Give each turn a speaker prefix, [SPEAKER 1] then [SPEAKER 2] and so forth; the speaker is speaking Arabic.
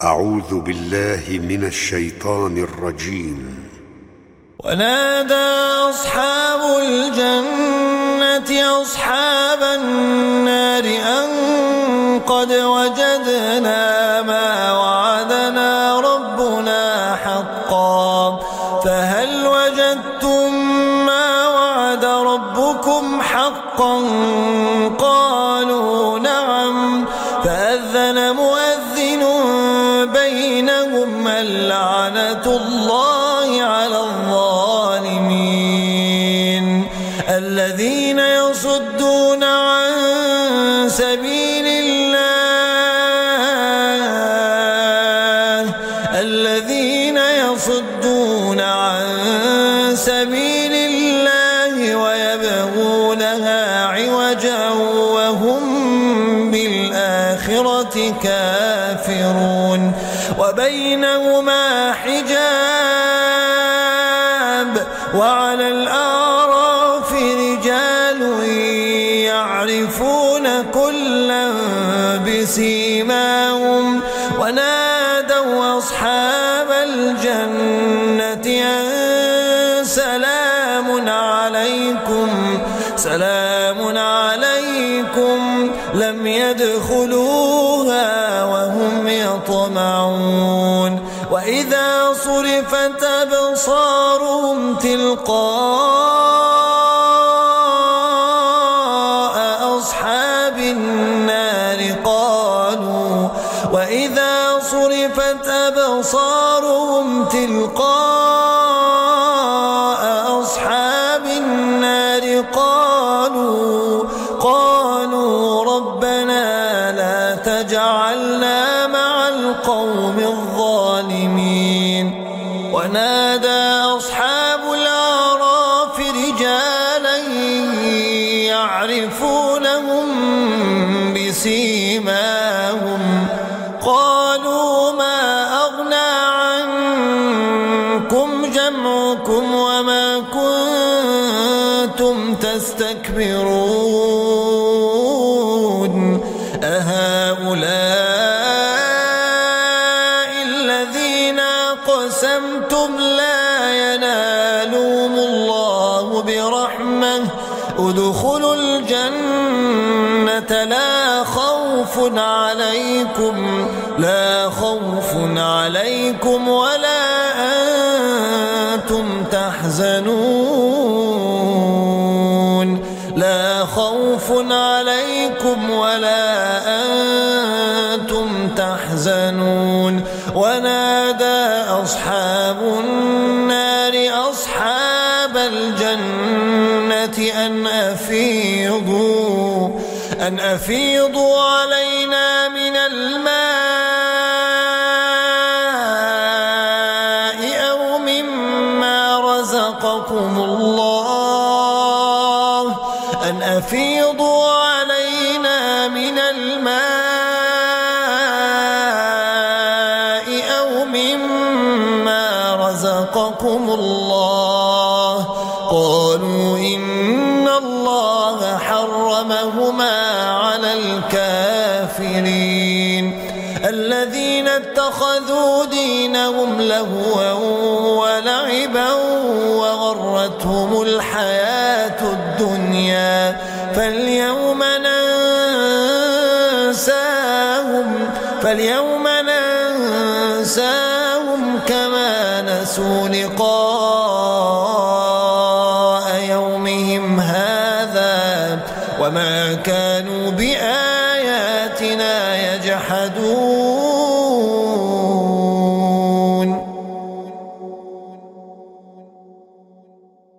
[SPEAKER 1] أعوذ بالله من الشيطان الرجيم.
[SPEAKER 2] ونادى أصحاب الجنة أصحاب النار أن قد وجدنا ما وعدنا ربنا حقا فهل وجدتم ما وعد ربكم حقا قالوا نعم فأذن مؤذن بينهم اللعنة الله على الظالمين الذين يصدون عن سبيل الله ويبغونها عوجا وهم بالآخرة كافرون وبينهما حجاب وعلى الأعراف رجال يعرفون كلا بسيماهم ونادوا أصحاب الجنة أن سلام عليكم لم يدخلوها وهم يطمعون وإذا صرفت أبصارهم تلقاء أصحاب النار قالوا ربنا لا تجعلنا مع القوم الظالمين ونادى أصحاب الأعراف رجالا يعرفونهم بسيماهم قالوا ما أغنى عنكم جمعكم وما كنتم تستكبرون أهؤلاء الذين أقسمتم لا ينالهم الله برحمة ادخلوا الجنة لا خوف عليكم ولا أنتم تحزنون لا خوف عليكم ولا أنتم تحزنون ونادى أصحاب النار أصحاب الجنة أن أفيضوا علينا من الماء أو مما رزقكم الله قالوا إن الله حرمهما على الكافرين الذين اتخذوا دينهم لهوا ولعبا وغرتهم الحياة الدنيا فاليوم ننساهم كما نسوا لقاء يومهم هذا وما كانوا بآياتنا يجحدون